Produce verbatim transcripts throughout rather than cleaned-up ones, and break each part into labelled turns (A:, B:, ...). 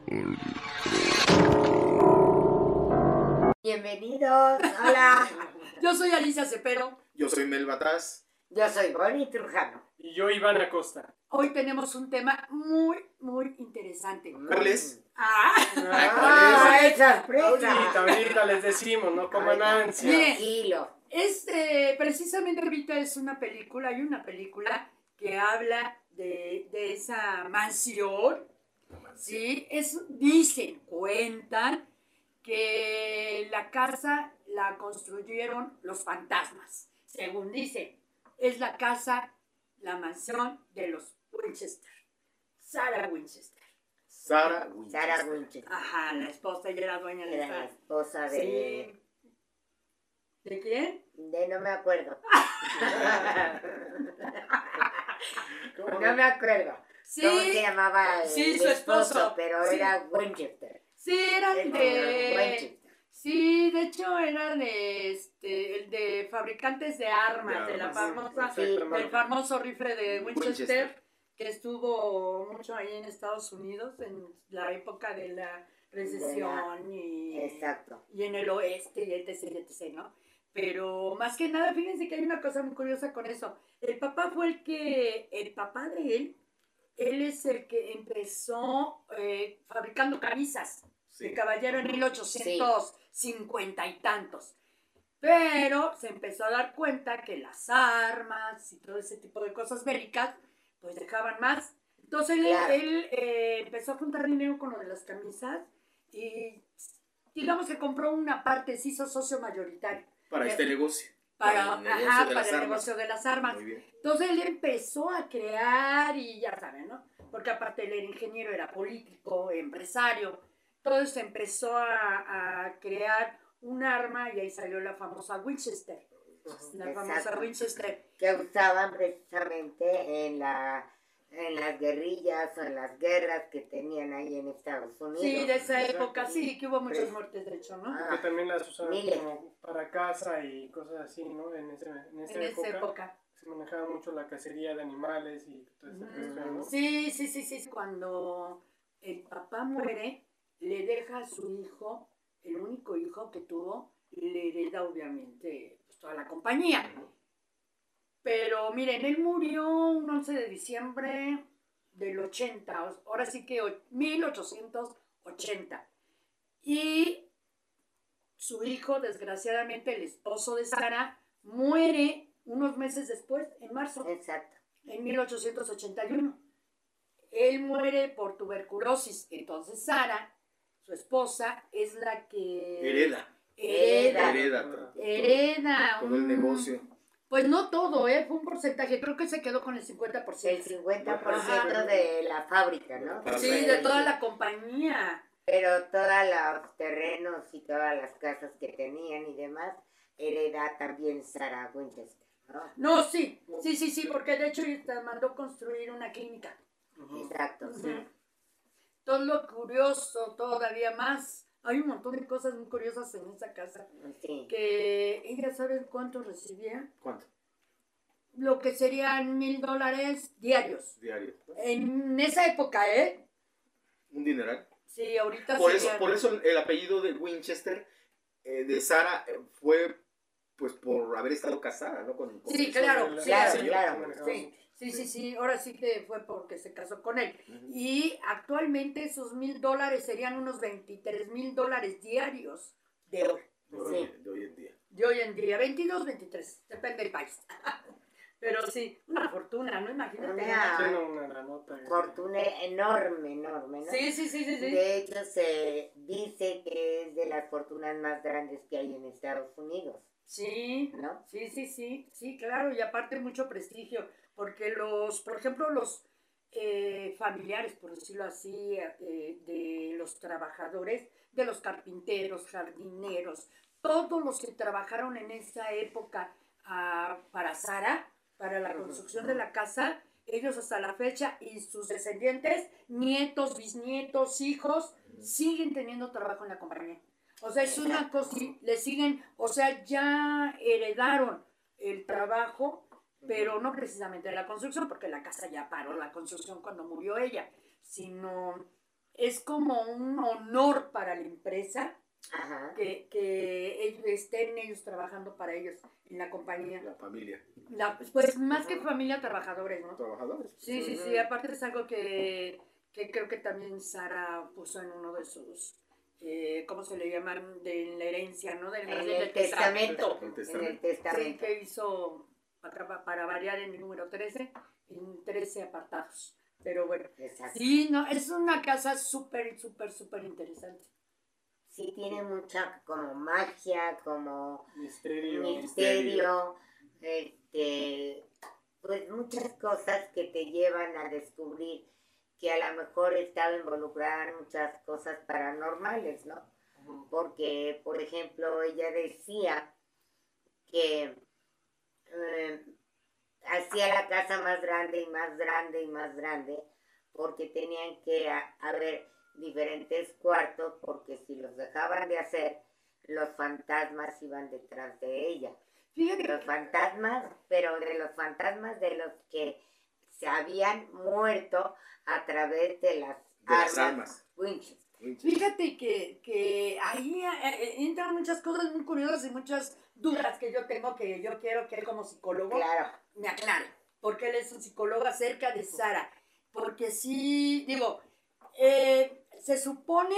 A: Bienvenidos, hola.
B: Yo soy Alicia Cepero.
C: Yo soy Mel Bataz.
A: Yo soy Bonnie Trujano.
D: Y yo, Iván Acosta.
B: Hoy tenemos un tema muy, muy interesante.
C: ¿Cuál es?
B: Ah,
A: ¡Ah, es
D: Ahorita,
A: sorpresa!
D: ahorita les decimos, no coman ansia.
B: Miren.
A: Tranquilo.
B: es eh, precisamente ahorita es una película, hay una película que habla de, de esa mansión. Sí, es, dicen, cuentan que la casa la construyeron los fantasmas. Según dicen, es la casa, la mansión de los Winchester. Sarah Winchester.
C: Sarah Winchester.
A: Sarah Winchester.
B: Ajá, la esposa, ella era dueña de
A: Era la
B: esa.
A: esposa de...
B: Sí. ¿De quién?
A: De no me acuerdo.
D: ¿Cómo?
A: No me acuerdo.
B: Sí.
A: ¿Cómo se llamaba el
B: Sí, su esposo.
A: Pero
B: Sí.
A: era Winchester.
B: Sí, eran
A: Era
B: de...
A: Winchester.
B: Sí, de hecho era de este, el de fabricantes de armas,
C: De
B: de la
C: armas.
B: famosa,
A: Sí.
B: del famoso rifle de Winchester,
C: Winchester.
B: que estuvo mucho ahí en Estados Unidos en la época de la recesión y,
A: Exacto.
B: y en el oeste y etc, etc, ¿no? Pero más que nada, fíjense que hay una cosa muy curiosa con eso. El papá fue el que, el papá de él, él es el que empezó eh, fabricando camisas.
C: Sí.
B: De caballero en mil ochocientos cincuenta y tantos. Pero se empezó a dar cuenta que las armas y todo ese tipo de cosas bélicas, pues dejaban más. Entonces él,
A: Claro.
B: él, eh, empezó a juntar dinero con lo de las camisas y digamos que compró una parte, se hizo socio mayoritario.
C: Para este negocio.
B: Para,
C: el negocio
B: ajá,
C: de
B: para
C: las
B: el
C: armas.
B: negocio de las armas.
C: Muy bien.
B: Entonces él empezó a crear y ya saben, ¿no? Porque aparte él era ingeniero, era político, empresario. Entonces empezó a, a crear un arma y ahí salió la famosa Winchester. La famosa
A: Exacto.
B: Winchester.
A: Que usaban precisamente en la en las guerrillas o en las guerras que tenían ahí en Estados Unidos.
B: Sí, de esa
D: Exacto.
B: época, sí, que hubo muchas
A: Pues,
B: muertes, de hecho, ¿no?
A: ah,
D: Que también las usaban
A: Miles.
D: como para caza y cosas así, ¿no? En, ese, en esa
B: En
D: época,
B: esa época.
D: se manejaba mucho la cacería de animales y toda esa cuestión, ¿no?
B: Sí, sí, sí, sí. Cuando el papá muere, le deja a su hijo, el único hijo que tuvo, le hereda obviamente pues, toda la compañía. Pero miren, él murió un once de diciembre del ochenta, ahora sí que o- mil ochocientos ochenta. Y su hijo, desgraciadamente, el esposo de Sara, muere unos meses después, en marzo,
A: Exacto.
B: en mil ochocientos ochenta y uno. Él muere por tuberculosis. Entonces Sara, su esposa, es la que...
C: Hereda.
B: Hereda.
C: Hereda todo.
B: Hereda.
C: Todo el
B: un-
C: negocio.
B: Pues no todo, ¿eh? Fue un porcentaje. Creo que se quedó con el cincuenta por
A: El
B: ciento.
A: cincuenta por
B: Ajá.
A: ciento de la fábrica, ¿no?
C: Para
B: Sí, de toda la compañía.
A: Pero todos los terrenos y todas las casas que tenían y demás, hereda también Sarah Winchester, ¿no?
B: No, sí, sí, sí, sí, porque de hecho te mandó construir una clínica.
A: Exacto, sí.
B: Ujú. Todo lo curioso, todavía más. Hay un montón de cosas muy curiosas en esa casa.
A: Sí.
B: Que ella sabe cuánto recibía.
C: ¿Cuánto?
B: Lo que serían mil dólares diarios.
C: Diario.
B: En esa época, ¿eh?
C: Un dineral.
B: Sí, ahorita
C: Por eso,
B: serían-
C: por eso el apellido de Winchester, eh, de Sarah, eh, fue pues por haber estado casada, ¿no? Con, con
B: Sí,
C: el
B: claro,
C: señor.
A: claro,
C: señor.
A: claro.
B: Sí, sí, sí, sí, ahora sí que fue porque se casó con él.
C: Ujú.
B: Y actualmente esos mil dólares serían unos veintitrés mil dólares diarios de hoy.
C: De hoy, de hoy en día.
B: De hoy en día, veintidós, veintitrés, depende del país. Pero sí, una fortuna, ¿no? Imagínate.
A: Una-
D: Tiene una granota. ¿eh?
A: Fortuna enorme, enorme, ¿no?
B: Sí, sí, sí, sí, sí.
A: De hecho, se dice que es de las fortunas más grandes que hay en Estados Unidos,
B: Sí,
A: ¿no?
B: sí, sí, sí, sí, claro, y aparte mucho prestigio, porque los, por ejemplo, los eh, familiares, por decirlo así, eh, de los trabajadores, de los carpinteros, jardineros, todos los que trabajaron en esa época ah, para Sara, para la construcción de la casa, ellos hasta la fecha y sus descendientes, nietos, bisnietos, hijos, siguen teniendo trabajo en la compañía. O sea, es una cosa, le siguen, o sea, ya heredaron el trabajo, pero no precisamente la construcción, porque la casa ya paró la construcción cuando murió ella, sino es como un honor para la empresa
A: Ajá.
B: que, que ellos estén ellos trabajando para ellos en la compañía.
C: La familia.
B: La- pues más que familia, trabajadores, ¿no?
C: Trabajadores.
B: Sí, sí, sí, aparte es algo que, que creo que también Sara puso en uno de sus, eh, ¿cómo se le llaman? De la herencia, ¿no? Del,
A: En
B: del
A: el testamento.
C: El
A: En el
C: testamento.
B: Sí,
A: testamento.
B: que hizo, para, para variar en el número trece, en trece apartados. Pero bueno,
A: Exacto.
B: sí, no, es una casa súper, súper, súper interesante.
A: Sí, tiene mucha como magia, como
D: Misterio.
A: misterio, este, pues muchas cosas que te llevan a descubrir que a lo mejor estaba involucrada en muchas cosas paranormales, ¿no?
D: Ujú.
A: Porque, por ejemplo, ella decía que eh, hacía la casa más grande y más grande y más grande porque tenían que a- haber diferentes cuartos porque si los dejaban de hacer, los fantasmas iban detrás de ella.
B: Fíjate,
A: Los fantasmas, pero de los fantasmas de los que se habían muerto a través de las
C: De las armas.
A: Winchester.
B: fíjate que, que ahí eh, entran muchas cosas muy curiosas y muchas dudas que yo tengo que yo quiero que él como psicólogo
A: Claro.
B: me aclare, porque él es un psicólogo acerca de Sara. Porque sí, digo, eh, se supone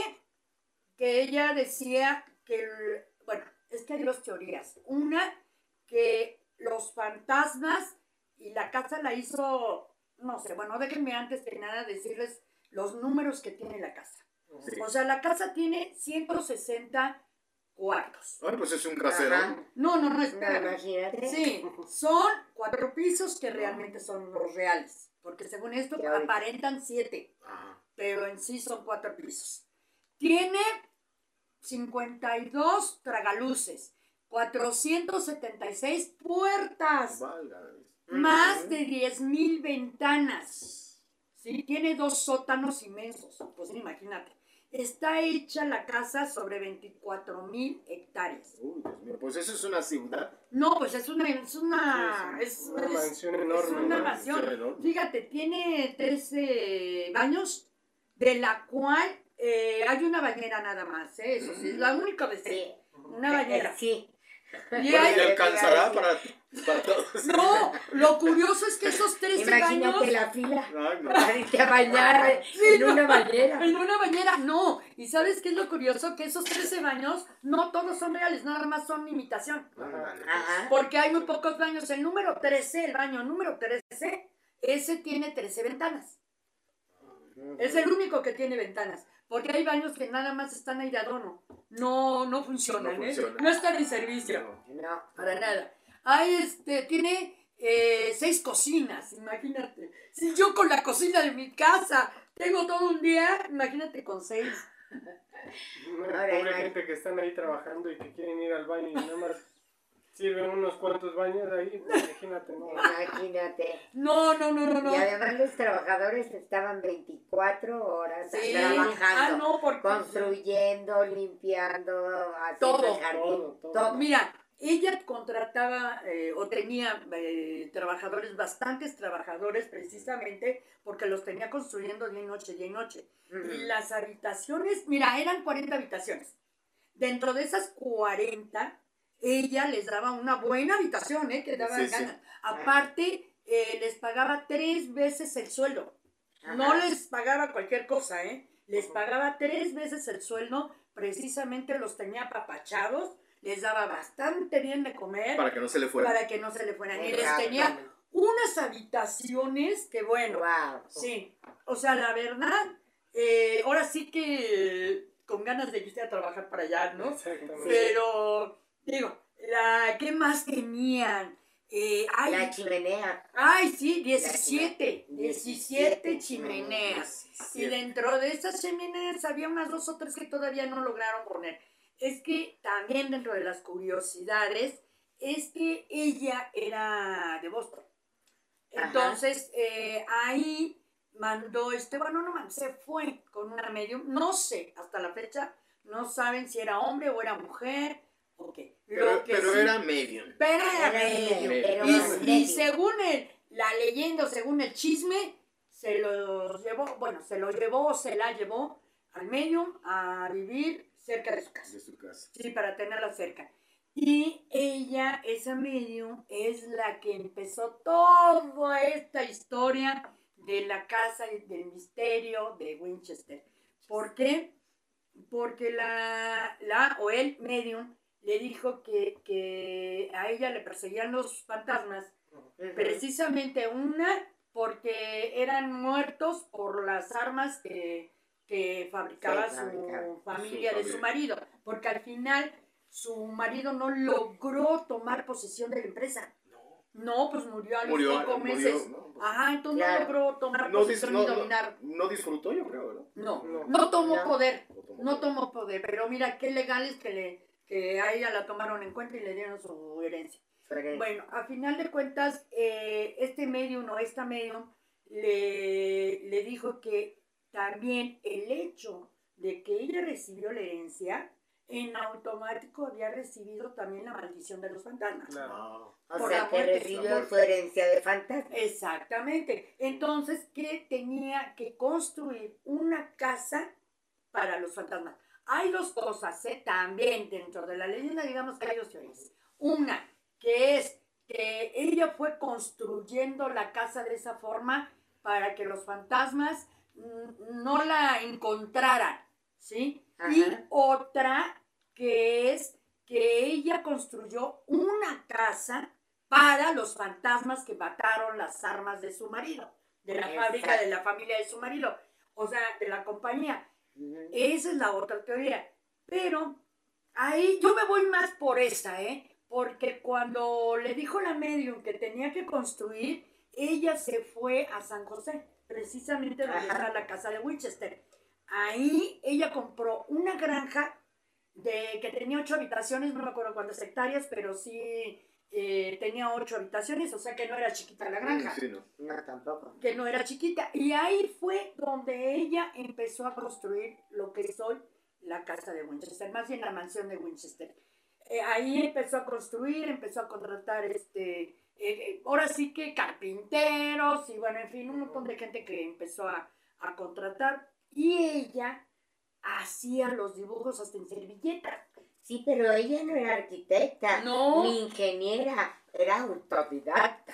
B: que ella decía que, el- bueno, es que hay dos teorías. Una, que los fantasmas y la casa la hizo, no sé, bueno, déjenme antes que nada decirles los números que tiene la casa.
C: Sí.
B: O sea, la casa tiene ciento sesenta cuartos.
C: Ay, pues es un casero.
A: Ajá.
B: No, no, no,
A: No,
B: espérame.
A: imagínate.
B: Sí, son cuatro pisos que realmente son los reales. Porque según esto
A: Ya ahorita.
B: aparentan siete,
C: Ajá.
B: pero en sí son cuatro pisos. Tiene cincuenta y dos tragaluces, cuatrocientas setenta y seis puertas,
C: Válgame.
B: más de diez mil ventanas. ¿Sí? Tiene dos sótanos inmensos. Pues imagínate. Está hecha la casa sobre veinticuatro mil hectáreas.
C: Uy, Dios mío, pues eso es una ciudad.
B: No, pues es una, es una,
D: Sí,
B: es,
D: sí, una
B: es-
D: mansión
B: es
D: enorme,
B: una
C: ¿no?
B: mansión.
C: Mansión enorme.
B: Fíjate, tiene trece baños, de la cual eh, hay una bañera nada más, ¿eh? Eso sí, es la única de
A: Sí.
B: una bañera.
A: Sí.
B: Y
C: Bueno,
B: hay-
C: ¿y alcanzará para, para todos?
B: no, lo curioso es que esos trece
A: Imagínate
B: baños
A: la fila
C: Ay, no.
A: para irte a bañar en una bañera.
B: en una bañera, no. ¿Y sabes qué es lo curioso? Que esos trece baños no todos son reales, nada más son imitación.
C: Ándale, pues.
A: Ajá.
B: Porque hay muy pocos baños. El número trece, el baño número trece, ese tiene trece ventanas. Es el único que tiene ventanas. Porque hay baños que nada más están ahí de adorno. No, no funcionan,
C: No
B: ¿eh?
C: funciona.
B: No están en servicio.
C: No.
A: No.
B: Para nada. Hay este, tiene eh, seis cocinas, imagínate. Si yo con la cocina de mi casa tengo todo un día, imagínate con seis.
D: Una
A: Ahora,
D: pobre
A: imag-
D: gente que están ahí trabajando y que quieren ir al baño y nada más sirven unos cuantos baños ahí, pues, imagínate, ¿no?
A: Imagínate.
B: No, no, no, no, no.
A: Y además los trabajadores estaban veinticuatro horas
B: Sí.
A: trabajando,
B: Ah, no, porque
A: construyendo, limpiando, haciendo
B: Todo,
A: el jardín,
D: todo, todo.
A: todo.
B: mira, ella contrataba eh, o tenía eh, trabajadores, bastantes trabajadores precisamente porque los tenía construyendo día y noche, día y noche.
A: Ujú.
B: Y las habitaciones, mira, eran cuarenta habitaciones. Dentro de esas cuarenta, ella les daba una buena habitación, ¿eh? Que daba
C: Sí, sí.
B: ganas. Aparte, eh, les pagaba tres veces el sueldo. No
A: Ajá.
B: les pagaba cualquier cosa, ¿eh? Les pagaba tres veces el sueldo, precisamente los tenía apapachados, les daba bastante bien de comer
C: Para que no se le fuera.
B: para que no se le fueran. Y les
A: Exacto.
B: tenía unas habitaciones que, bueno,
A: Wow.
B: sí, o sea, la verdad, eh, ahora sí que con ganas de irse a trabajar para allá, ¿no?
D: Exactamente.
B: Pero, digo, la, ¿qué más tenían? Eh, ay,
A: La chimenea.
B: ay, sí, diecisiete,
A: La-
B: diecisiete chimeneas. Y
C: Sí.
B: dentro de esas chimeneas había unas dos o tres que todavía no lograron poner. Es que también dentro de las curiosidades es que ella era de Boston.
A: Ajá.
B: Entonces, eh, ahí mandó este, bueno, no man, se fue con una medium, no sé, hasta la fecha, no saben si era hombre o era mujer, o qué.
C: Pero,
B: Lo que
C: pero
B: sí-
C: era medium.
B: pero era
A: Era
B: medium.
A: medio, pero
B: Y,
A: más
B: y
A: medio.
B: según el- la leyenda, o según el chisme, se lo llevó, bueno, se lo llevó o se la llevó al medium a vivir cerca de su casa.
C: De su casa.
B: Sí, para tenerla cerca. Y ella, esa medium, es la que empezó toda esta historia de la casa y del misterio de Winchester. ¿Por qué? Porque la, la o el medium le dijo que, que a ella le perseguían los fantasmas,
A: Ujú.
B: precisamente una porque eran muertos por las armas que, que fabricaba
A: Sí,
B: su
A: fabricaba.
B: familia
C: Su
B: de su
C: familia.
B: marido, porque al final su marido no logró tomar posesión de la empresa.
C: No.
B: No, pues murió a los
C: Murió,
B: cinco
C: murió,
B: meses.
C: ¿no? Pues,
B: Ajá, entonces
A: Claro.
B: no logró tomar
C: no, dis-
B: posesión
C: no,
B: ni
C: no,
B: dominar.
C: no disfrutó, yo creo, ¿no?
B: No,
D: No.
B: no tomó
A: No.
B: poder,
C: No tomó
B: no
C: poder.
B: tomó poder, pero mira qué legal es que, le, que a ella la tomaron en cuenta y le dieron su herencia.
A: Pero-
B: Bueno, a final de cuentas, eh, este medium o esta medium le, le dijo que también el hecho de que ella recibió la herencia, en automático había recibido también la maldición de los fantasmas.
D: Claro.
C: No.
A: O
B: Por
A: sea
B: la
A: que
B: muerte.
A: recibió
C: La muerte.
A: su herencia de fantasma.
B: Exactamente. Entonces, que tenía que construir una casa para los fantasmas. Hay dos cosas, ¿eh? También dentro de la leyenda, digamos que hay dos teorías. Una, que es que ella fue construyendo la casa de esa forma para que los fantasmas mm, no la encontraran, ¿sí?
A: Ajá.
B: Y otra, que es que ella construyó una casa para los fantasmas que mataron las armas de su marido, de la
A: Exacto.
B: fábrica, de la familia de su marido, o sea, de la compañía.
A: Ujú.
B: Esa es la otra teoría. Pero ahí yo me voy más por esa, ¿eh? Porque cuando le dijo la medium que tenía que construir, ella se fue a San José, precisamente donde
A: Ajá.
B: está la casa de Winchester. Ahí ella compró una granja de que tenía ocho habitaciones, no me acuerdo cuántas hectáreas, pero sí eh, tenía ocho habitaciones, o sea que no era chiquita la granja,
C: Sí, no.
A: No, tampoco.
B: que no era chiquita. Y ahí fue donde ella empezó a construir lo que es hoy la casa de Winchester, más bien la mansión de Winchester. Eh, ahí empezó a construir, empezó a contratar este, eh, eh, ahora sí que carpinteros y bueno, en fin, un montón de gente que empezó a, a contratar. Y ella hacía los dibujos hasta en servilletas.
A: Sí, pero ella no era arquitecta,
B: No.
A: ni ingeniera, era autodidacta.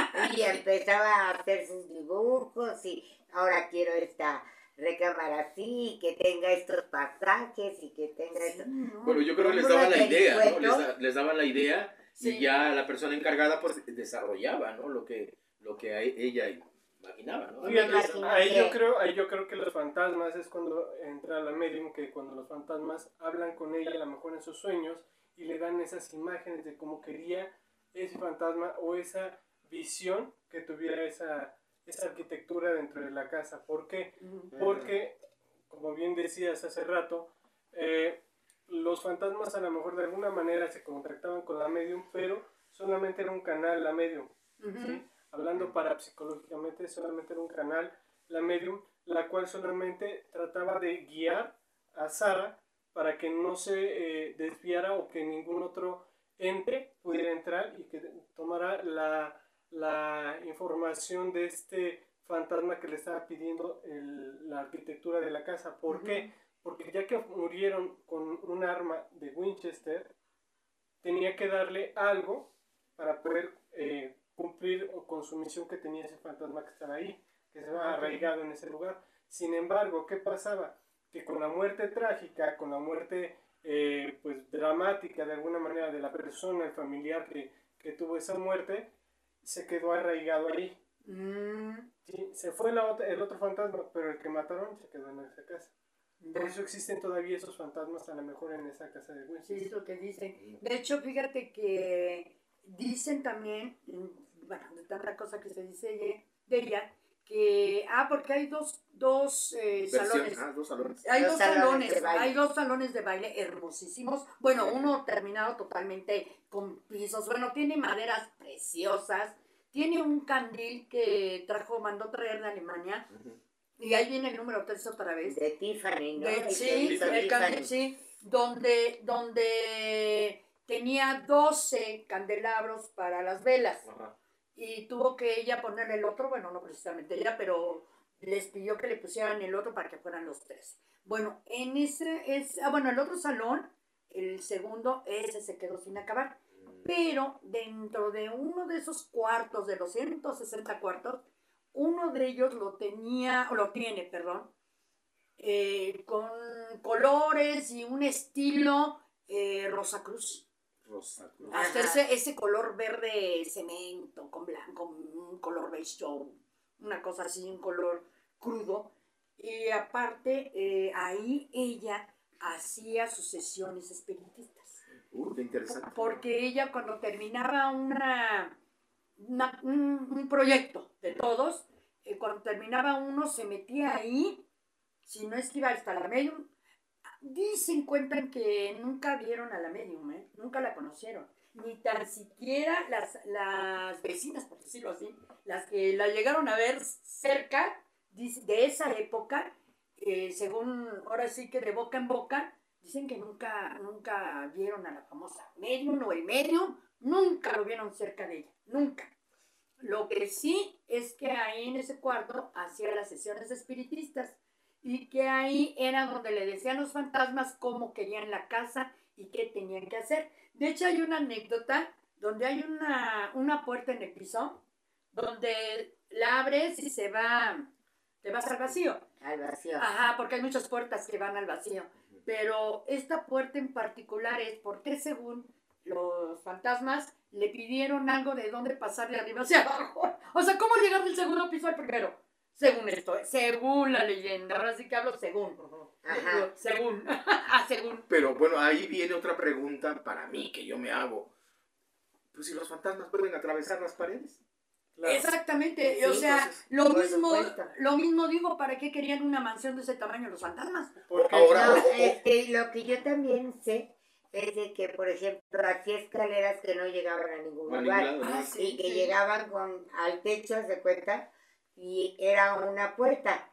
A: Y empezaba a hacer sus dibujos y ahora quiero esta recámara así, que tenga estos pasajes y que tenga esto.
B: Sí, ¿no?
C: Bueno, yo creo que les
A: ¿Cómo
C: daban
A: la
C: la idea, ¿no?
A: vericueto?
C: Les, da- les daban la idea
B: Sí.
C: y ya la persona encargada pues desarrollaba, ¿no? Lo que, lo que a ella imaginaba, ¿no?
A: Me
D: Fíjate,
A: imagino
D: ahí
A: que-
D: yo creo, ahí yo creo que los fantasmas es cuando entra la medium, que cuando los fantasmas hablan con ella, a lo mejor en sus sueños, y le dan esas imágenes de cómo quería ese fantasma o esa visión que tuviera esa, esa arquitectura dentro de la casa. ¿Por qué?
B: Ujú.
D: Porque, como bien decías hace rato, eh, los fantasmas a lo mejor de alguna manera se contactaban con la medium, pero solamente era un canal la medium.
B: Ujú.
D: ¿Sí? Hablando parapsicológicamente, solamente era un canal, la medium, la cual solamente trataba de guiar a Sara para que no se eh, desviara o que ningún otro ente pudiera entrar y que tomara la, la información de este fantasma que le estaba pidiendo el- la arquitectura de la casa. ¿Por qué? Porque ya que murieron con un arma de Winchester, tenía que darle algo para poder eh, cumplir con su misión que tenía ese fantasma que estaba ahí, que se había arraigado en ese lugar. Sin embargo, ¿qué pasaba? Que con la muerte trágica, con la muerte eh, pues dramática de alguna manera de la persona, el familiar que, que tuvo esa muerte, se quedó arraigado ahí.
B: Mm,
D: Sí, se fue la otra- el otro fantasma, pero el que mataron se quedó en esa casa. Por eso existen todavía esos fantasmas a lo mejor en esa casa de
B: sí,
D: Winchester.
B: es lo que dicen. De hecho, fíjate que dicen también, mm, bueno, de tanta cosa que se dice de- de ella, que, ah, porque hay dos, dos eh,
C: Versión-
B: salones.
C: ah, dos salones.
B: Hay
A: Dos
B: dos
A: salones
B: salones,
A: de baile.
B: hay dos salones de baile hermosísimos. Bueno, uno terminado totalmente con pisos. Bueno, tiene maderas preciosas. Tiene un candil que trajo, mandó traer de Alemania.
C: Ujú.
B: Y ahí viene el número tres otra vez.
A: De Tiffany, ¿no?
B: De-
A: El que
B: sí,
A: hizo
B: el
A: Tiffany.
B: candil, sí, donde, donde tenía doce candelabros para las velas.
C: Ajá.
B: Y tuvo que ella ponerle el otro, bueno, no precisamente ella, pero les pidió que le pusieran el otro para que fueran los tres. Bueno, en ese, es, ah, bueno, el otro salón, el segundo, ese se quedó sin acabar. Pero dentro de uno de esos cuartos, de los ciento sesenta cuartos, uno de ellos lo tenía, o lo tiene, perdón, eh, con colores y un estilo eh, Rosa Cruz.
C: Rosa Cruz.
B: Hasta ese, ese color verde cemento, con blanco, un color beige, una cosa así, un color crudo. Y aparte, eh, ahí ella hacía sus sesiones espiritistas.
C: Uh, qué interesante.
B: Porque ella cuando terminaba una, una- un, un proyecto de todos, eh, cuando terminaba uno se metía ahí, si no es que iba hasta la medium. Dicen, cuentan que nunca vieron a la medium, ¿eh? Nunca la conocieron. Ni tan siquiera las, las vecinas, por decirlo así, las que la llegaron a ver cerca dice, de esa época, eh, según ahora sí que de boca en boca, dicen que nunca, nunca vieron a la famosa medium o el medium, nunca lo vieron cerca de ella, nunca. Lo que sí es que ahí en ese cuarto hacía las sesiones espiritistas y que ahí era donde le decían los fantasmas cómo querían la casa y qué tenían que hacer. De hecho hay una anécdota donde hay una, una puerta en el piso donde la abres y se va, te vas al vacío.
A: Al vacío.
B: Ajá, porque hay muchas puertas que van al vacío. Pero esta puerta en particular es porque según los fantasmas le pidieron algo de dónde pasar de arriba hacia abajo. O sea, ¿cómo llegar del segundo piso al primero? Según esto, ¿eh? Según la leyenda. Ahora sí que hablo según.
A: Ajá.
B: Según. Ah, según.
C: Pero bueno, ahí viene otra pregunta para mí que yo me hago. Pues si los fantasmas pueden atravesar las paredes.
D: Claro.
B: Exactamente,
A: Sí,
B: o sea,
A: entonces,
B: lo
A: por
B: mismo,
A: supuesto.
B: lo mismo digo, ¿para qué querían una mansión de ese tamaño los fantasmas?
D: Porque
C: Ahora,
A: No,
C: o- o-
A: este, lo que yo también sé es de que, por ejemplo, hacía escaleras que no llegaban a ningún
C: a ningún
A: lugar
C: lado, ¿no?
B: Ah, sí.
A: y que llegaban con, al techo, ¿haz de cuenta? Y era una puerta.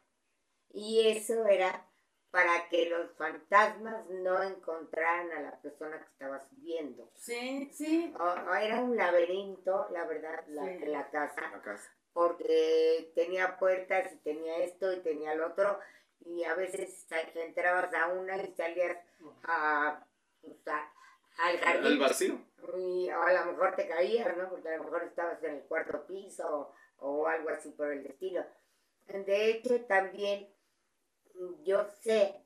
A: Y eso era para que los fantasmas no encontraran a la persona que estaba subiendo.
B: Sí, sí.
A: O- o era un laberinto, la verdad, la,
B: Sí.
A: la casa,
C: la casa.
A: porque tenía puertas y tenía esto y tenía lo otro, y a veces sa- entrabas a una y salías a, pues, a- al
C: Al
A: jardín,
C: vacío.
A: y a lo mejor te caías, ¿no? Porque a lo mejor estabas en el cuarto piso o, o algo así por el estilo. De hecho, también mm, yo sé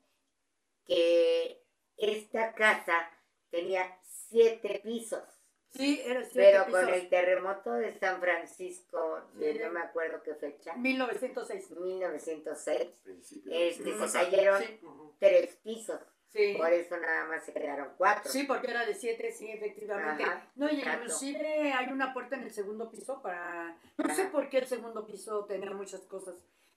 A: que esta casa tenía siete pisos.
B: Sí, era siete
A: Pero
B: pisos.
A: con el terremoto de San Francisco, de
B: Sí.
A: no me acuerdo qué fecha,
B: mil novecientos seis.
A: mil novecientos seis,
C: Principio
A: este,
C: del
A: se
C: pasado.
A: cayeron
B: Sí.
D: Ujú.
A: tres pisos.
B: Sí.
A: Por eso nada más se quedaron cuatro.
B: Sí, porque era de siete, sí, efectivamente.
A: Ajá,
B: No, y
A: exacto.
B: inclusive hay una puerta en el segundo piso para... No sé
A: Ajá.
B: por qué el segundo piso tenía muchas cosas,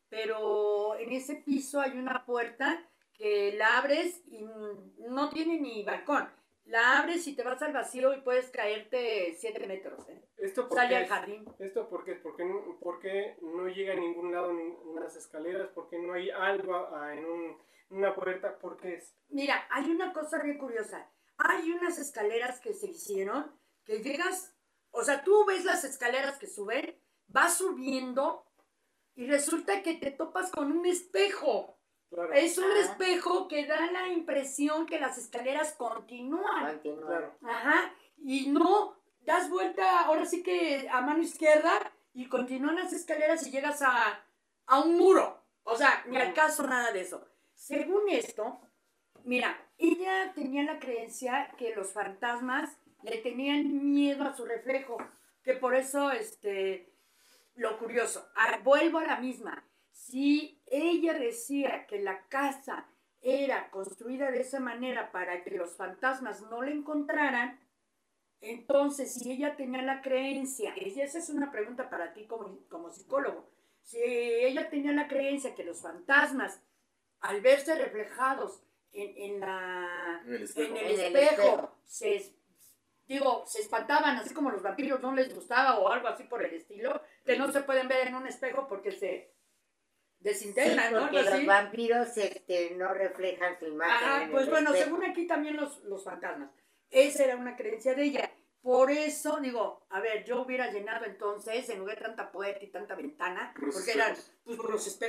B: pero en ese piso hay una puerta que la abres y no tiene ni balcón. La abres y te vas al vacío y puedes caerte siete metros. ¿eh?
D: Esto
B: Sale
D: porque
B: al
D: es-
B: jardín.
D: Esto porque, porque, no- porque no llega a ningún lado en unas escaleras, porque no hay algo a- en un- una puerta, porque es...
B: Mira, hay una cosa bien curiosa. Hay unas escaleras que se hicieron que llegas, o sea, tú ves las escaleras que suben, vas subiendo y resulta que te topas con un espejo.
D: Claro,
B: Es un
A: Ah.
B: espejo que da la impresión que las escaleras continúan.
A: Continúa.
D: claro.
B: Ajá. Y no, das vuelta ahora sí que a mano izquierda y continúan las escaleras y llegas a, a un muro. O sea, ni al caso nada de eso. Según esto, mira, ella tenía la creencia que los fantasmas le tenían miedo a su reflejo. Que por eso, este, lo curioso, ah, vuelvo a la misma. Si ella decía que la casa era construida de esa manera para que los fantasmas no la encontraran, entonces si ella tenía la creencia, y esa es una pregunta para ti como, como psicólogo, si ella tenía la creencia que los fantasmas, al verse reflejados en, en la,
C: En el espejo.
B: en el
A: En el
B: espejo,
A: espejo.
B: se, es- digo, se espantaban, así como los vampiros no les gustaba o algo así por el estilo, que no se pueden ver en un espejo porque se
A: Sí,
B: desintegran, ¿no?
A: porque
B: Algo
A: los
B: así.
A: vampiros este, no reflejan su imagen.
B: Ajá,
A: en
B: pues
A: el
B: bueno,
A: espejo.
B: según aquí también los, los fantasmas. Esa era una creencia de ella. Por eso, digo, a ver, yo hubiera llenado entonces, en lugar de tanta puerta y tanta ventana,
C: Por los
B: porque eran
C: espejos.
B: pues, por los espejos,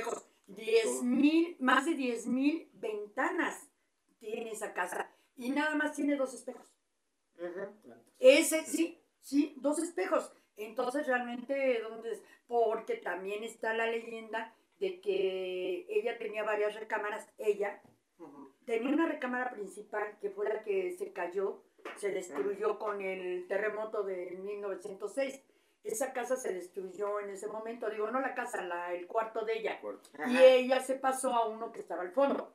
B: diez mil, más de diez mil ventanas tiene esa casa y nada más tiene dos espejos.
A: Ujú.
B: Ese sí, sí, dos espejos. Entonces realmente, ¿dónde es? Porque también está la leyenda de que ella tenía varias recámaras, ella
D: Ujú.
B: tenía una recámara principal que fue la que se cayó, se destruyó con el terremoto de mil novecientos seis. Esa casa se destruyó en ese momento, digo, no la casa, la, el cuarto de ella.
C: Cuarto.
B: Y
A: Ajá.
B: ella se pasó a uno que estaba al fondo,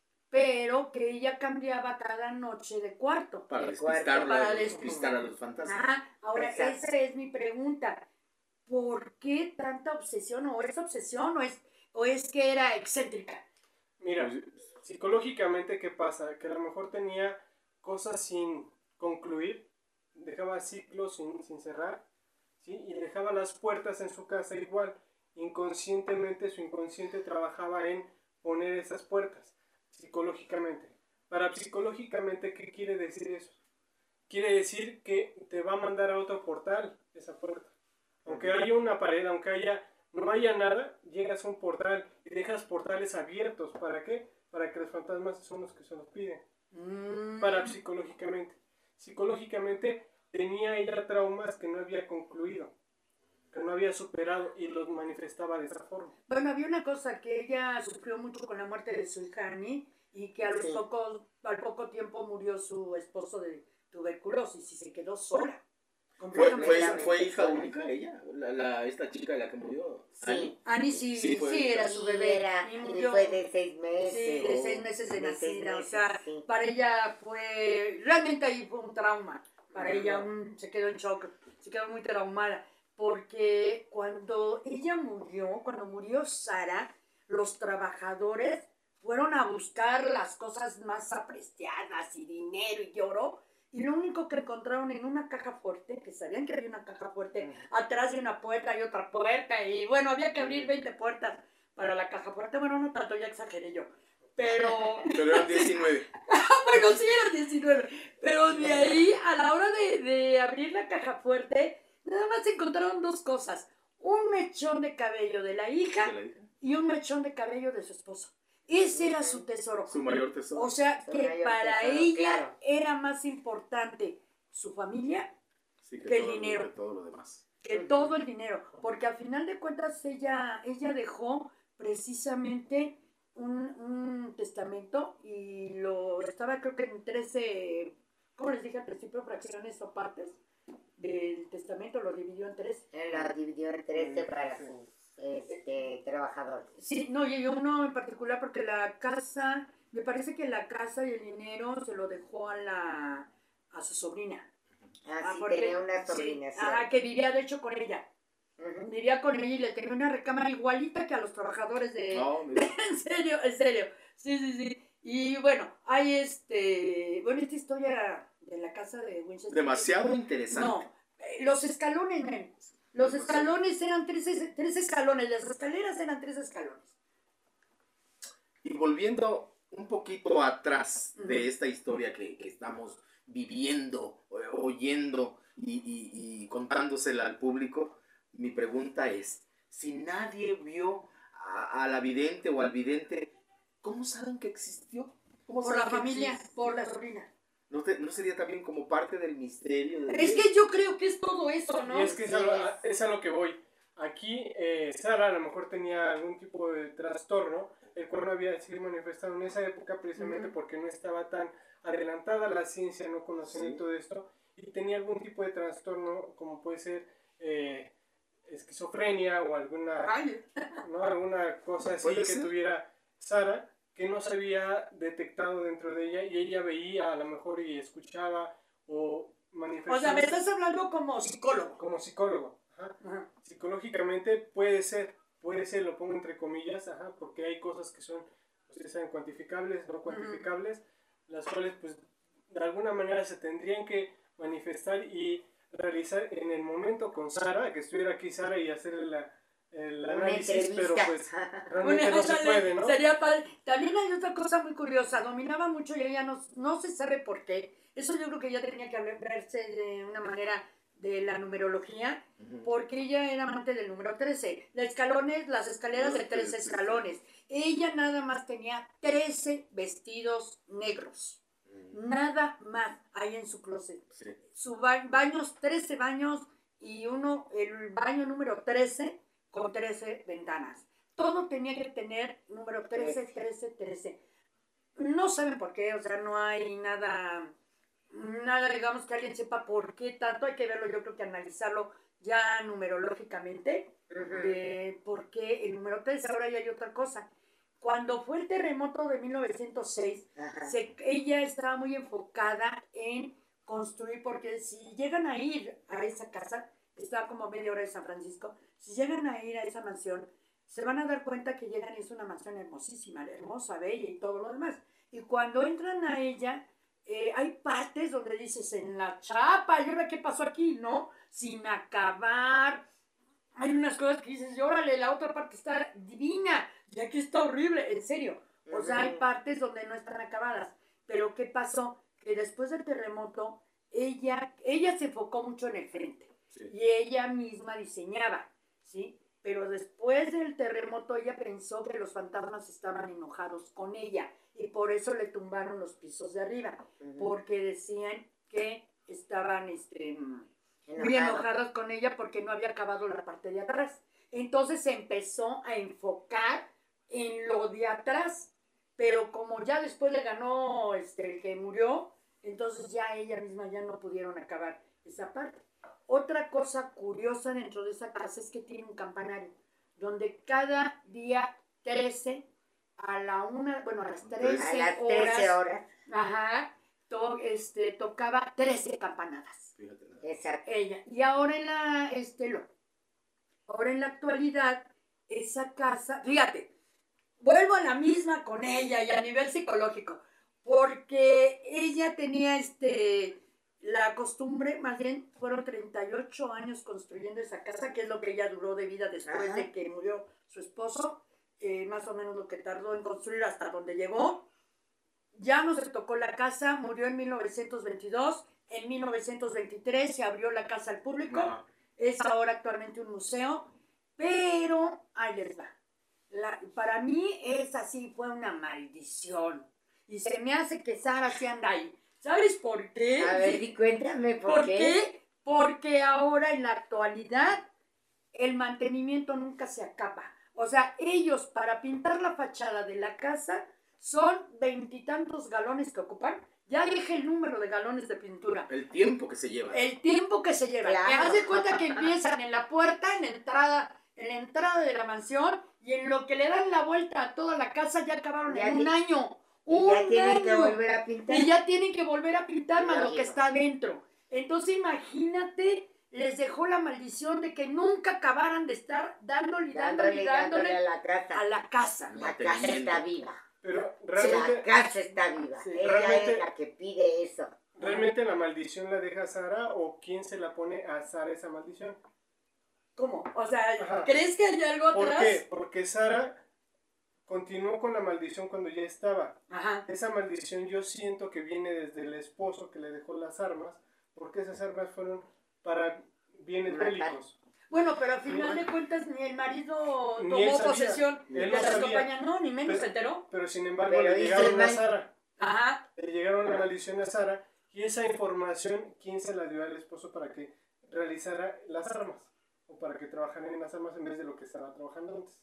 B: pero que ella cambiaba cada noche de cuarto.
C: Para
A: El
C: despistar,
A: cuarto.
B: Para
C: despistar a los fantasmas.
B: Ajá, ahora
A: Exacto.
B: esa es mi pregunta. ¿Por qué tanta obsesión? ¿O es obsesión o es, o es que era excéntrica?
D: Mira, psicológicamente, ¿qué pasa? Que a lo mejor tenía cosas sin concluir, dejaba ciclos sin, sin cerrar, ¿sí? Y dejaba las puertas en su casa igual. Inconscientemente, su inconsciente trabajaba en poner esas puertas, psicológicamente. Para psicológicamente, ¿qué quiere decir eso? Quiere decir que te va a mandar a otro portal esa puerta. Aunque haya una pared, aunque haya, no haya nada, llegas a un portal y dejas portales abiertos. ¿Para qué? Para que los fantasmas son los que se los piden.
B: Mm.
D: Para psicológicamente. Psicológicamente tenía ella traumas que no había concluido, que no había superado y los manifestaba de esa forma.
B: Bueno, había una cosa, que ella sufrió mucho con la muerte de su hija Annie y que a los
A: Sí.
B: pocos, al poco tiempo murió su esposo de tuberculosis y se quedó sola.
C: ¿Fue,
B: completamente
C: fue,
B: sola.
C: fue hija única ella? La, la, esta chica de la que murió.
A: Sí.
B: Annie sí,
C: Sí,
B: sí,
C: fue-
B: era
A: Y
B: su bebé.
A: era-
B: y
A: y
B: murió.
A: fue de seis meses.
B: Sí, de seis meses de
A: De seis
B: nacida, o
A: meses,
B: sea,
A: sí.
B: para ella fue, realmente ahí fue un trauma, para
A: Ajá.
B: ella un- se quedó en shock, se quedó muy traumada, porque cuando ella murió, cuando murió Sara, los trabajadores fueron a buscar las cosas más apreciadas y dinero y oro, y lo único que encontraron en una caja fuerte, que sabían que había una caja fuerte, atrás de una puerta y otra puerta, y bueno, había que abrir veinte puertas para la caja fuerte, bueno, no tanto, ya exageré yo, pero,
C: Pero eran diecinueve.
B: bueno, sí eran diecinueve, pero de ahí, a la hora de, de abrir la caja fuerte, nada más encontraron dos cosas, un mechón de cabello de la hija
C: ¿De la hija?
B: y un mechón de cabello de su esposo. Ese era su tesoro.
C: Su mayor tesoro.
B: O sea,
A: Su
B: que
A: mayor
B: para
A: tesoro,
B: ella
A: claro.
B: era más importante su familia
C: Sí,
B: que el
C: todo,
B: dinero.
C: que todo lo demás.
B: que
A: Ujú.
B: todo el dinero, porque al final de cuentas ella, ella dejó precisamente un, un testamento y lo estaba creo que en trece, ¿cómo les dije al principio? Fracciones o partes del testamento, lo dividió en tres.
A: Él lo dividió en trece para
D: Sí.
A: sus este, trabajadores.
B: Sí, no, y uno en particular porque la casa, me parece que la casa y el dinero se lo dejó a la a su sobrina.
A: Ah, sí,
B: porque-
A: tenía una
B: sí,
A: sobrina, sí.
B: ajá, que vivía de hecho con ella.
A: Ujú.
B: Vivía con ella y le tenía una recámara igualita que a los trabajadores de...
C: No, mira.
B: En serio, en serio. Sí, sí, sí. Y bueno, hay este... Bueno, esta historia de la casa de Winchester.
C: Demasiado interesante.
B: No, eh, los escalones, nen. Los
C: Demasiado.
B: escalones eran tres, es- tres escalones, las escaleras eran tres escalones.
C: Y volviendo un poquito atrás
B: Ujú.
C: de esta historia que, que estamos viviendo, o- oyendo y, y- y contándosela al público, mi pregunta es, si nadie vio a, a la vidente o al vidente, ¿cómo saben que existió? ¿Cómo
B: Por
C: saben
B: la
C: que
B: familia,
C: existe?
B: por la sobrina.
C: ¿No, te- ¿No sería también como parte del misterio? De
B: Es que yo creo que es todo eso, ¿no?
D: Y es que es a lo, a- es a lo que voy. Aquí eh, Sara a lo mejor tenía algún tipo de trastorno, el cual no había sido manifestado en esa época precisamente
B: Ujú.
D: porque no estaba tan adelantada la ciencia, no conocimiento de esto, y tenía algún tipo de trastorno como puede ser eh, esquizofrenia o alguna,
B: Ay,
D: ¿no? alguna cosa así
C: ¿Puede
D: que
C: ser?
D: tuviera Sara que no se había detectado dentro de ella y ella veía a lo mejor y escuchaba o manifestaba
B: o sea, me estás hablando como psicólogo.
D: como psicólogo. Ajá.
B: Ajá.
D: Psicológicamente puede ser, puede ser, lo pongo entre comillas, ajá, porque hay cosas que son, ustedes saben, cuantificables, no cuantificables, las cuales pues de alguna manera se tendrían que manifestar y realizar en el momento con Sara, que estuviera aquí Sara y hacer la, el
A: Una
D: análisis, pero
A: entrevista.
D: pues realmente
B: Una-
D: no se puede, ¿no?
B: Sería padre. También hay otra cosa muy curiosa. Dominaba mucho y ella no, no se sabe por qué. Eso yo creo que ya tenía que haber- verse de una manera de la numerología,
C: Ujú.
B: porque ella era amante del número trece. Los escalones, las escaleras de trece escalones. Ella nada más tenía trece vestidos negros.
C: Mm,
B: Nada más hay en su closet.
C: sí.
B: Su ba- baños, trece baños y uno, el baño número trece con trece ventanas. Todo tenía que tener número trece, trece, trece. No saben por qué, o sea, no hay nada, nada, digamos, que alguien sepa por qué tanto. Hay que verlo, yo creo que analizarlo ya numerológicamente,
A: Ujú.
B: de por qué el número trece. Ahora ya hay otra cosa. Cuando fue el terremoto de mil novecientos seis,
A: Ajá.
B: se- ella estaba muy enfocada en construir, porque si llegan a ir a esa casa, que está como a media hora de San Francisco, si llegan a ir a esa mansión, se van a dar cuenta que llegan y es una mansión hermosísima, hermosa, bella y todo lo demás. Y cuando entran a ella, eh, hay partes donde dices, en la chapa, ¿y ahora qué pasó aquí? ¿No? Sin acabar. Hay unas cosas que dices, y órale, la otra parte está divina, y aquí está horrible, en serio. O sea, hay
A: Ujú.
B: partes donde no están acabadas. Pero ¿qué pasó? Que después del terremoto, ella, ella se enfocó mucho en el frente.
C: Sí.
B: Y ella misma diseñaba, ¿sí? Pero después del terremoto ella pensó que los fantasmas estaban enojados con ella y por eso le tumbaron los pisos de arriba,
A: Ujú.
B: porque decían que estaban este, muy
A: Enojado.
B: enojados con ella porque no había acabado la parte de atrás. Entonces se empezó a enfocar en lo de atrás, pero como ya después le ganó este, el que murió, entonces ya ella misma ya no pudieron acabar esa parte. Otra cosa curiosa dentro de esa casa es que tiene un campanario, donde cada día trece a la una, bueno, a las
A: A
B: trece
A: las
B: horas,
A: trece horas.
B: ajá, to- este, tocaba trece campanadas.
C: Fíjate nada.
A: Exacto.
B: Ella. Y ahora en la, este, lo, ahora en la actualidad, esa casa, fíjate, vuelvo a la misma con ella y a nivel psicológico, porque ella tenía este, la costumbre, más bien fueron treinta y ocho años construyendo esa casa, que es lo que ella duró de vida después
A: Ajá.
B: de que murió su esposo, eh, más o menos lo que tardó en construir hasta donde llegó. Ya no se tocó la casa, murió en mil novecientos veintidós, en mil novecientos veintitrés se abrió la casa al público,
C: Ajá.
B: es ahora actualmente un museo, pero ahí les va. La- para mí esa sí fue una maldición y se me hace que Sara sí anda ahí. ¿Sabes por qué?
A: A ver, di cuéntame por,
B: ¿Por
A: qué.
B: qué? Porque ahora en la actualidad el mantenimiento nunca se acaba. O sea, ellos para pintar la fachada de la casa son veintitantos galones que ocupan. Ya dije el número de galones de pintura.
C: El tiempo que se lleva.
B: El tiempo que se lleva.
A: Claro.
B: Te haz de cuenta que empiezan en la puerta, en la entrada, en la entrada de la mansión, y en lo que le dan la vuelta a toda la casa ya acabaron
A: Ya
B: en
A: ti-
B: un año.
A: Y
B: Un
A: ya tienen que
B: año.
A: volver a pintar.
B: Y ya tienen que volver a pintar más lo
A: Lógico.
B: que está adentro. Entonces imagínate, les dejó la maldición de que nunca acabaran de estar dándole y dándole
A: dándole,
B: y
A: dándole
B: dándole
A: a la casa.
B: a la casa.
A: La casa está viva.
D: Pero
A: La
D: realmente,
A: casa está viva.
D: Sí,
A: Ella
D: realmente-
A: es la que pide eso.
D: realmente la maldición la deja Sara o quién se la pone a Sara esa maldición.
B: ¿Cómo? O sea,
D: Ajá.
B: ¿crees que hay algo
D: ¿Por
B: atrás?
D: qué? Porque Sara continuó con la maldición cuando ya estaba.
B: Ajá.
D: Esa maldición yo siento que viene desde el esposo que le dejó las armas, porque esas armas fueron para bienes
A: Matar.
D: bélicos.
B: Bueno, pero al final de cuentas ni el marido
D: Ni
B: tomó
D: él sabía.
B: posesión
C: Él
B: de
C: no
B: las
D: sabía.
B: compañías, no, ni menos
D: Pero-
B: se enteró.
D: Pero sin embargo
A: Pero
D: le
A: dice
D: llegaron
A: el
D: a
A: mal-
D: Sara,
B: Ajá.
D: le llegaron la maldición a Sara y esa información, ¿quién se la dio al esposo para que realizara las armas? O para que trabajara en las armas en vez de lo que estaba trabajando antes.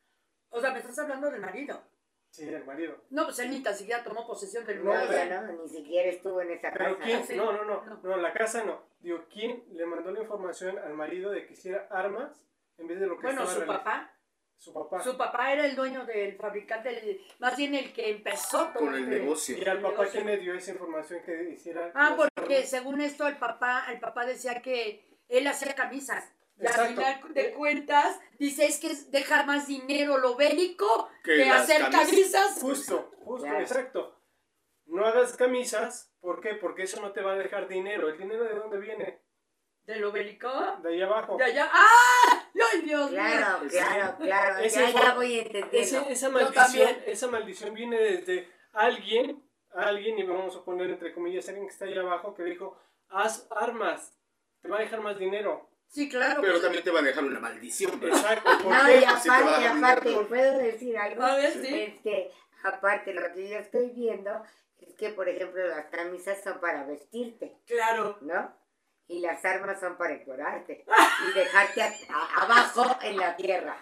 B: O sea, me estás hablando del marido.
D: Sí, el marido.
B: No, pues él ni tan siquiera tomó posesión del
D: No,
A: No,
B: lugar.
D: pero-
A: ya no, ni siquiera estuvo en esa
D: Pero
A: casa.
D: quién,
B: sí.
D: no, no, no,
B: No.
D: no, la casa no. Digo, ¿quién le mandó la información al marido de que hiciera armas en vez de lo que
B: Bueno,
D: estaba
B: su
D: realizando?
B: papá.
D: Su papá.
B: Su papá era el dueño del fabricante, del- más bien el que empezó
C: Con el
B: este-
C: negocio.
D: Y al papá
B: negocio.
D: quién le dio esa información que hiciera.
B: Ah,
D: las
B: porque
D: armas?
B: según esto el papá, el papá decía que él hacía camisas. Y al
D: Exacto.
B: final de cuentas, dice es que es dejar más dinero lo bélico
C: Que
B: que,
C: las
B: hacer
C: camisas.
B: camisas.
D: Justo, justo,
A: Claro.
D: exacto. No hagas camisas, ¿por qué? Porque eso no te va a dejar dinero. ¿El dinero de dónde viene?
B: ¿De lo bélico?
D: De ahí abajo.
B: De allá. ¡Ah! ¡Ay, Dios mío!
A: Claro, claro, claro.
D: Ese
A: Ya,
D: fue-
A: ya voy entendiendo.
D: Ese- esa,
B: Yo
D: maldición,
B: también.
D: esa maldición viene desde alguien, alguien, y vamos a poner entre comillas, alguien que está ahí abajo, que dijo, haz armas. te va a dejar más dinero.
B: Sí, claro.
C: Pero
B: pues,
C: también te va a dejar una maldición, ¿verdad?
D: Exacto. ¿por
A: No,
D: qué?
A: y
C: Sí te va a
A: aparte,
C: dar
A: aparte,
C: dinero.
A: ¿puedo decir algo?
B: A ver, sí.
A: Este, aparte, lo que yo estoy viendo es que, por ejemplo, las camisas son para vestirte,
B: Claro.
A: ¿no? Y las armas son para explorarte y dejarte a- a- abajo en la tierra.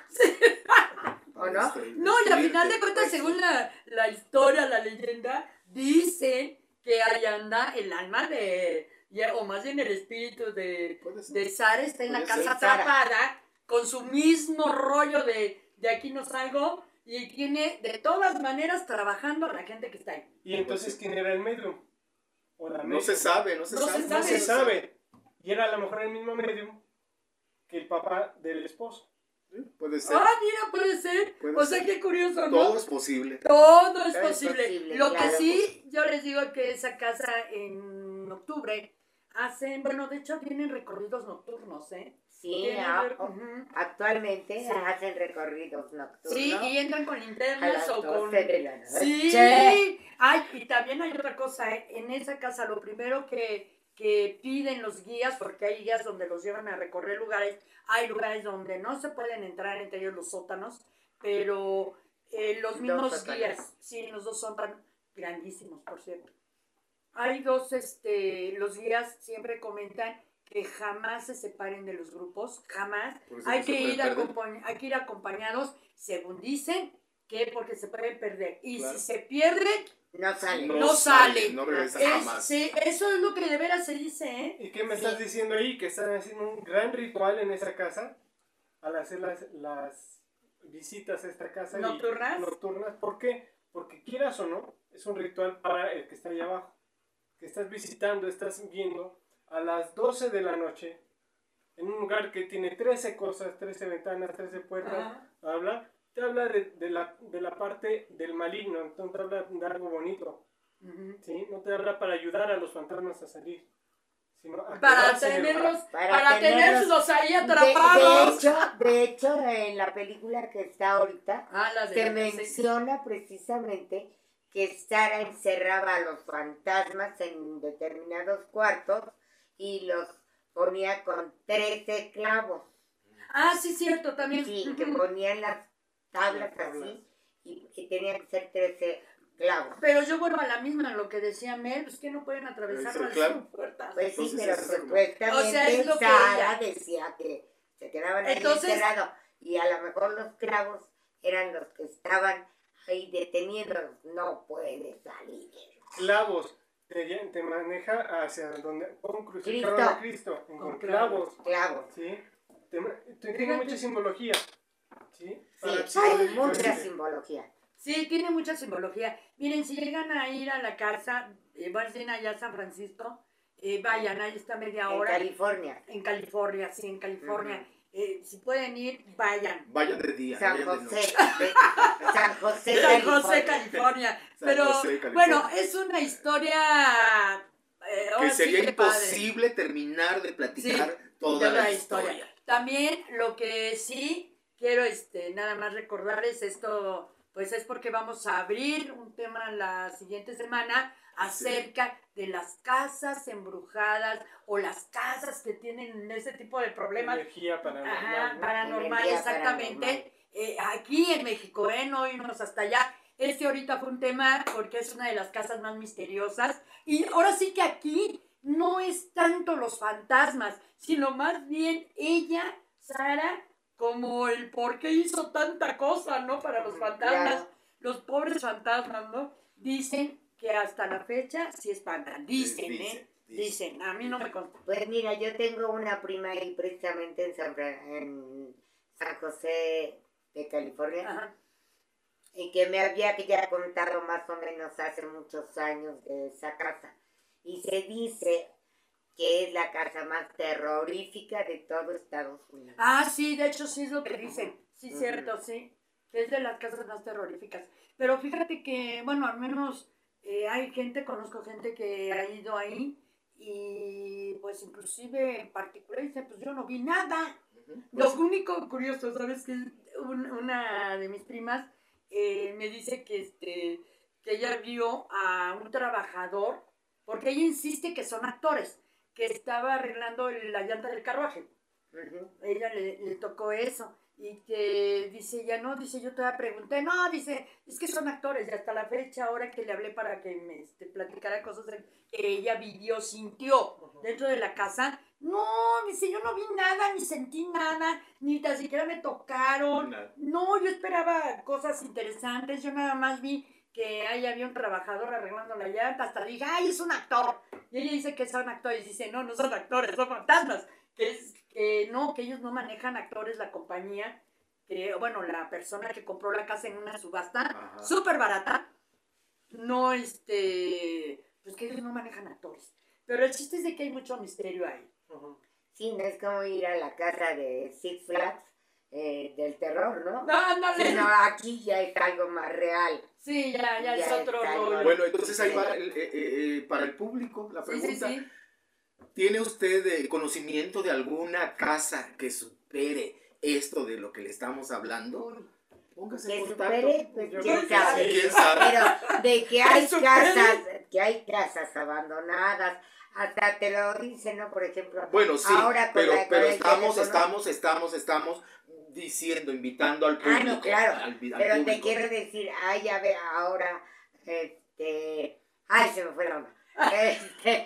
A: ¿O no?
C: Este,
B: No, y al final de
C: vestirte.
B: cuentas,
A: Pues
B: según
A: sí.
B: la, la historia, la leyenda, dicen que ahí anda el alma de, ya- o más bien el espíritu de,
C: Puede ser.
B: de Sara, está en la
C: Puede ser.
B: casa
A: Sara.
B: atrapada, con su mismo rollo de, de aquí no salgo, y tiene de todas maneras trabajando a la gente que está ahí.
D: Y entonces, ¿quién era el medium? O la
C: No
D: medium.
C: se sabe, no se
B: No se
C: sabe.
D: No se
B: sabe.
D: sabe. Y era a lo mejor el mismo medium que el papá del esposo.
C: Sí, puede ser.
B: Ah, mira, puede ser.
C: Puede
B: O sea,
C: ser.
B: qué curioso, ¿no?
C: Todo es posible.
B: Todo es
A: Todo es
B: posible.
A: posible,
B: Lo
A: claro.
B: que sí, yo les digo que esa casa en octubre hacen, bueno, de hecho tienen recorridos nocturnos, ¿eh?
A: Sí,
B: Tienen
A: ah,
B: re- ujú.
A: actualmente
B: Sí.
A: hacen recorridos nocturnos.
B: Sí, y entran con
A: a
B: linternas
A: las
B: o con...
A: doce de la noche.
B: Sí. Ay, y también hay otra cosa, ¿eh? En esa casa lo primero que, que piden los guías, porque hay guías donde los llevan a recorrer lugares, hay lugares donde no se pueden entrar, entre ellos los sótanos, pero eh, los
A: Dos
B: mismos
A: sótanos.
B: guías, sí, los dos son tan grandísimos, por cierto. Hay dos, este, los guías siempre comentan que jamás se separen de los grupos, jamás.
C: Porque si
B: Hay
C: no se
B: que,
C: pueden
B: ir
C: perder.
B: acompañ- hay que ir acompañados, según dicen, que porque se pueden perder. Y
C: Claro.
B: si se pierden,
A: No sale.
B: No sale.
C: No regresa
B: es-
C: jamás.
B: sí, eso es lo que de veras se dice, ¿eh?
D: ¿Y qué me
A: Sí.
D: estás diciendo ahí? Que están haciendo un gran ritual en esa casa al hacer las, las visitas a esta casa. y-
B: ¿Nocturnas?
D: nocturnas. ¿Por qué? Porque quieras o no, es un ritual para el que está allá abajo. Que estás visitando, estás viendo a las doce de la noche en un lugar que tiene trece cosas, trece ventanas, trece puertas.
B: Ajá.
D: Habla, te habla de, de la, de la parte del maligno, entonces te habla de algo bonito.
B: Ujú.
D: ¿Sí? No te habla para ayudar a los fantasmas a salir, sino a
B: Para
D: quedarse en el lugar.
B: tenerlos,
A: Para
B: para,
A: tenerlos-
B: tenerlos ahí
A: De, de
B: atrapados.
A: hecho, de hecho, en la película que está ahorita,
B: Ah, la de
A: se
B: la-
A: menciona precisamente que Sara encerraba a los fantasmas en determinados cuartos y los ponía con trece clavos.
B: Ah, sí, cierto, también.
A: Sí, que
B: Ujú.
A: ponían las tablas
D: Las tablas.
A: así y, y tenían que ser trece clavos.
B: Pero yo vuelvo a la misma, lo que decía Mel, es que no pueden atravesar
C: Sí,
B: las
C: claro.
B: puertas.
A: Pues sí,
C: Entonces,
A: pero
C: eso es como-
A: supuestamente
B: O sea, es lo que
A: Sara
B: ella-
A: decía que se quedaban ahí
B: Entonces-
A: encerrados y a lo mejor los clavos eran los que estaban ahí deteniéndolos. No puede salir.
D: Clavos, te, lle- te maneja hacia donde con crucificaron
A: Cristo.
D: a Cristo, con,
B: Con
D: clavos,
A: Clavos.
D: ¿sí? Te ma- te- tiene
B: Fíjate.
D: mucha simbología, ¿sí?
A: Sí,
D: Para-
A: hay mucha
D: Inclusive.
A: simbología.
B: Sí, tiene mucha simbología. Miren, si llegan a ir a la casa, eh, vayan allá a San Francisco, eh, vayan, ahí está media
A: En
B: hora.
A: California.
B: En California, sí, en California.
A: Ujú.
B: Eh, si pueden ir, vayan.
C: Vayan de día.
A: San
C: vayan de
A: José.
C: noche.
A: de- San José,
B: San José,
A: California.
B: California.
C: San
B: Pero
C: José, California.
B: bueno, es una historia... eh, ahora
C: Que
B: sí
C: sería
B: que padre.
C: imposible terminar de platicar toda
B: de
C: la,
B: la
C: historia.
B: historia. También lo que sí quiero este, nada más recordarles esto, pues es porque vamos a abrir un tema la siguiente semana acerca de las casas embrujadas o las casas que tienen ese tipo de problemas.
D: Energía paranormal.
B: Ajá,
D: ¿no?
B: paranormal,
A: Energía
B: exactamente.
A: paranormal.
B: Eh, aquí en México, ¿eh? No irnos hasta allá. Este ahorita fue un tema porque es una de las casas más misteriosas. Y ahora sí que aquí no es tanto los fantasmas, sino más bien ella, Sara, como el por qué hizo tanta cosa, ¿no? Para los fantasmas.
A: Claro.
B: Los pobres fantasmas, ¿no? Dicen que hasta la fecha sí espantan. Dicen,
C: Dicen,
B: ¿eh?
C: dicen.
B: Dicen. A mí no me consta.
A: Pues mira, yo tengo una prima ahí precisamente en San, Fra- en San José de California
B: Ajá.
A: y que me había ya contado más o menos hace muchos años de esa casa. Y se dice que es la casa más terrorífica de todo Estados Unidos.
B: Ah, sí, de hecho sí es lo que dicen. Sí,
A: Ujú.
B: cierto, sí. Que es de las casas más terroríficas. Pero fíjate que, bueno, al menos eh, hay gente, conozco gente que ha ido ahí y pues inclusive en particular dice, pues yo no vi nada.
C: Ujú.
B: Lo único curioso, ¿sabes? Que un- una de mis primas eh, me dice que, este, que ella vio a un trabajador, porque ella insiste que son actores, que estaba arreglando la llanta del carruaje.
A: Ujú.
B: Ella le, le tocó eso. Y que dice, ya no, dice, yo te pregunté, no, dice, es que son actores, y hasta la fecha, ahora que le hablé para que me este, platicara cosas de- que ella vivió, sintió dentro de la casa, no, dice, yo no vi nada, ni sentí nada, ni tan siquiera me tocaron,
C: Nada.
B: no, yo esperaba cosas interesantes, yo nada más vi que ahí había un trabajador arreglando la llanta, hasta dije, ay, es un actor, y ella dice que son actores, dice, no, no son actores, son fantasmas, que es que no, que ellos no manejan actores, la compañía, que, bueno, la persona que compró la casa en una subasta
C: Ajá.
B: súper barata, no, este, pues que ellos no manejan actores. Pero el chiste es de que hay mucho misterio ahí.
D: Ujú.
A: Sí, no es como ir a la casa de Six Flags eh, del terror, ¿no?
B: No, ándale.
A: Sino aquí ya es algo más real.
B: Sí, ya, ya,
A: Ya
B: es otro
A: está,
B: rollo.
C: Bueno, entonces ahí va el- eh, eh, para el público la
B: sí, sí,
C: pregunta.
B: sí.
C: ¿Tiene usted eh, conocimiento de alguna casa que supere esto de lo que le estamos hablando?
B: Uy,
C: Póngase
A: Que
C: en contacto.
A: supere, pues
D: Yo
A: quién
D: creo que
A: sabe.
C: sí, quién sabe.
A: Pero de que hay
B: Que supere.
A: casas, que hay casas abandonadas, hasta te lo dicen, ¿no? Por ejemplo,
C: Bueno, sí,
A: ahora con
C: pero,
A: la- con
C: pero
A: el
C: estamos,
A: teléfono.
C: estamos, estamos, estamos diciendo, invitando al público.
A: Ah, no, claro.
C: al- al
A: Pero te
C: público.
A: quiero decir, ay, ya ve, ahora, este, ay, se me fue la onda. Este,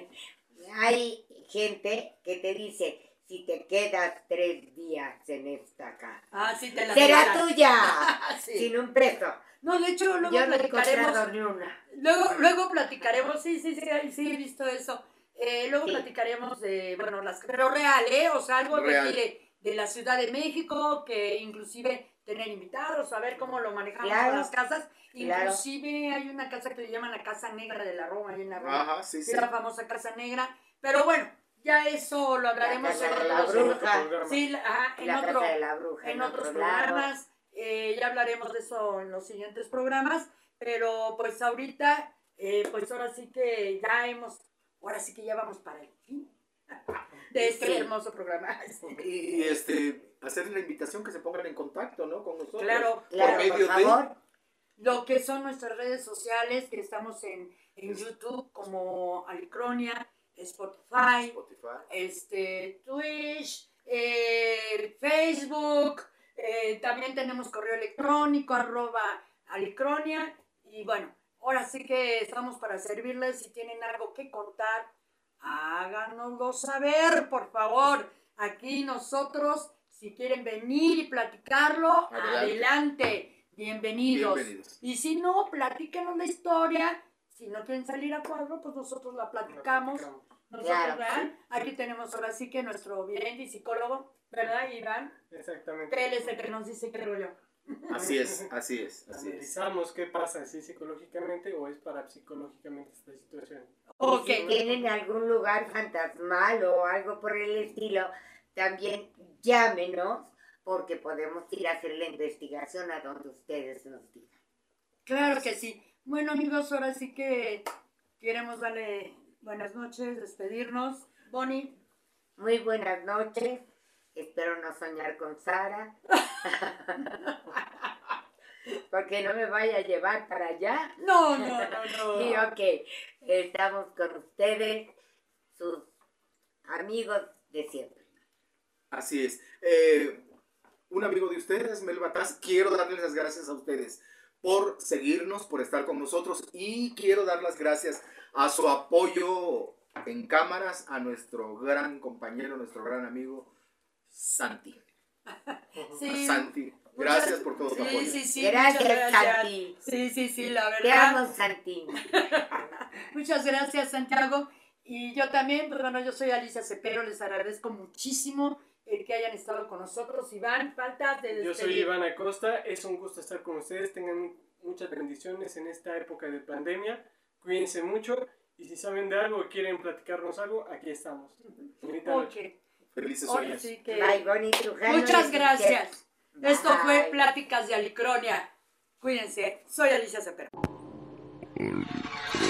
A: hay gente que te dice, si te quedas tres días en esta casa,
B: Ah, sí, te la
A: será
B: regalan.
A: tuya,
B: Sí.
A: sin un peso.
B: No, de hecho, luego
A: Yo no he
B: platicaremos.
A: encontrado ni una.
B: Luego, luego platicaremos, sí, sí, sí, ahí sí he visto eso. Eh, luego
A: Sí.
B: platicaremos de, bueno, las, pero real, ¿eh? O sea, algo de,
C: Real.
B: aquí de, de la Ciudad de México, que inclusive tener invitados, a ver cómo lo manejamos
A: Claro,
B: con las casas.
A: claro.
B: Inclusive hay una casa que le llaman la Casa Negra de la Roma, ahí en la Roma.
C: Ajá, sí, sí.
B: La famosa Casa Negra. Pero bueno, ya eso lo hablaremos
A: casa
B: en
A: de la
B: otros-
A: bruja.
D: Programa.
B: Sí, la- ajá, en
A: La
B: otro,
A: casa de la bruja
B: en
A: en
B: otros
A: otro lado.
B: programas. Eh, ya hablaremos de eso en los siguientes programas, pero pues ahorita, eh, pues ahora sí que ya hemos, ahora sí que ya vamos para el fin de este
A: Sí.
B: hermoso programa.
C: Y este, hacer la invitación que se pongan en contacto, ¿no? Con nosotros.
B: Claro,
A: Claro,
C: medio
A: por
C: de-
A: favor.
B: lo que son nuestras redes sociales, que estamos en, en YouTube como Alicronia, Spotify,
C: Spotify.
B: este, Twitch, eh, Facebook, eh, también tenemos correo electrónico, arroba alicronia, y bueno, ahora sí que estamos para servirles. Si tienen algo que contar, háganoslo saber, por favor. Aquí nosotros, si quieren venir y platicarlo,
C: Adelante.
B: adelante, bienvenidos.
C: Bienvenidos.
B: Y si no, platíquenos la historia. Si no quieren salir a cuadro, pues nosotros la platicamos.
D: Platicamos.
B: Nosotros,
A: Claro.
B: ¿verdad? Aquí tenemos ahora sí que nuestro bien psicólogo, ¿verdad, Iván?
D: Exactamente.
B: Que él es el que nos dice qué rollo.
C: Así es, así es, así es.
D: Analizamos qué pasa, si es psicológicamente o es parapsicológicamente esta situación.
B: Ok.
A: Si tienen algún lugar fantasmal o algo por el estilo, también llámenos porque podemos ir a hacer la investigación a donde ustedes nos digan.
B: Claro que sí. Bueno, amigos, ahora sí que queremos darle buenas noches, despedirnos. Bonnie.
A: Muy buenas noches. Espero no soñar con Sara. Porque no me vaya a llevar para allá.
B: No, no, no, no.
A: Y ok, estamos con ustedes, sus amigos de siempre.
C: Así es. Eh, un amigo de ustedes, Mel Bataz, quiero darles las gracias a ustedes por seguirnos, por estar con nosotros y quiero dar las gracias a su apoyo en cámaras a nuestro gran compañero, nuestro gran amigo, Santi.
B: Sí.
C: Santi, gracias por todo tu
B: Sí,
C: apoyo.
B: sí, sí.
A: Gracias,
B: muchas gracias.
A: Santi.
B: Sí, sí, sí, la
A: Te
B: verdad.
A: amo, Santi.
B: Muchas gracias, Santiago. Y yo también, pues bueno, yo soy Alicia Cepero, les agradezco muchísimo el que hayan estado con nosotros. Iván, falta de
D: Yo soy
B: despedir.
D: Iván Acosta, es un gusto estar con ustedes, tengan muchas bendiciones en esta época de pandemia, cuídense mucho y si saben de algo o quieren platicarnos algo, aquí estamos. Bonita noche.
B: Ok.
C: Felices
B: Ahora
C: sueños.
B: sí que-
A: Bye, Bonnie Trujano.
B: Muchas gracias. Esto fue
A: Bye.
B: Pláticas de Alicronia. Cuídense, soy Alicia Cepero.
E: Thank you.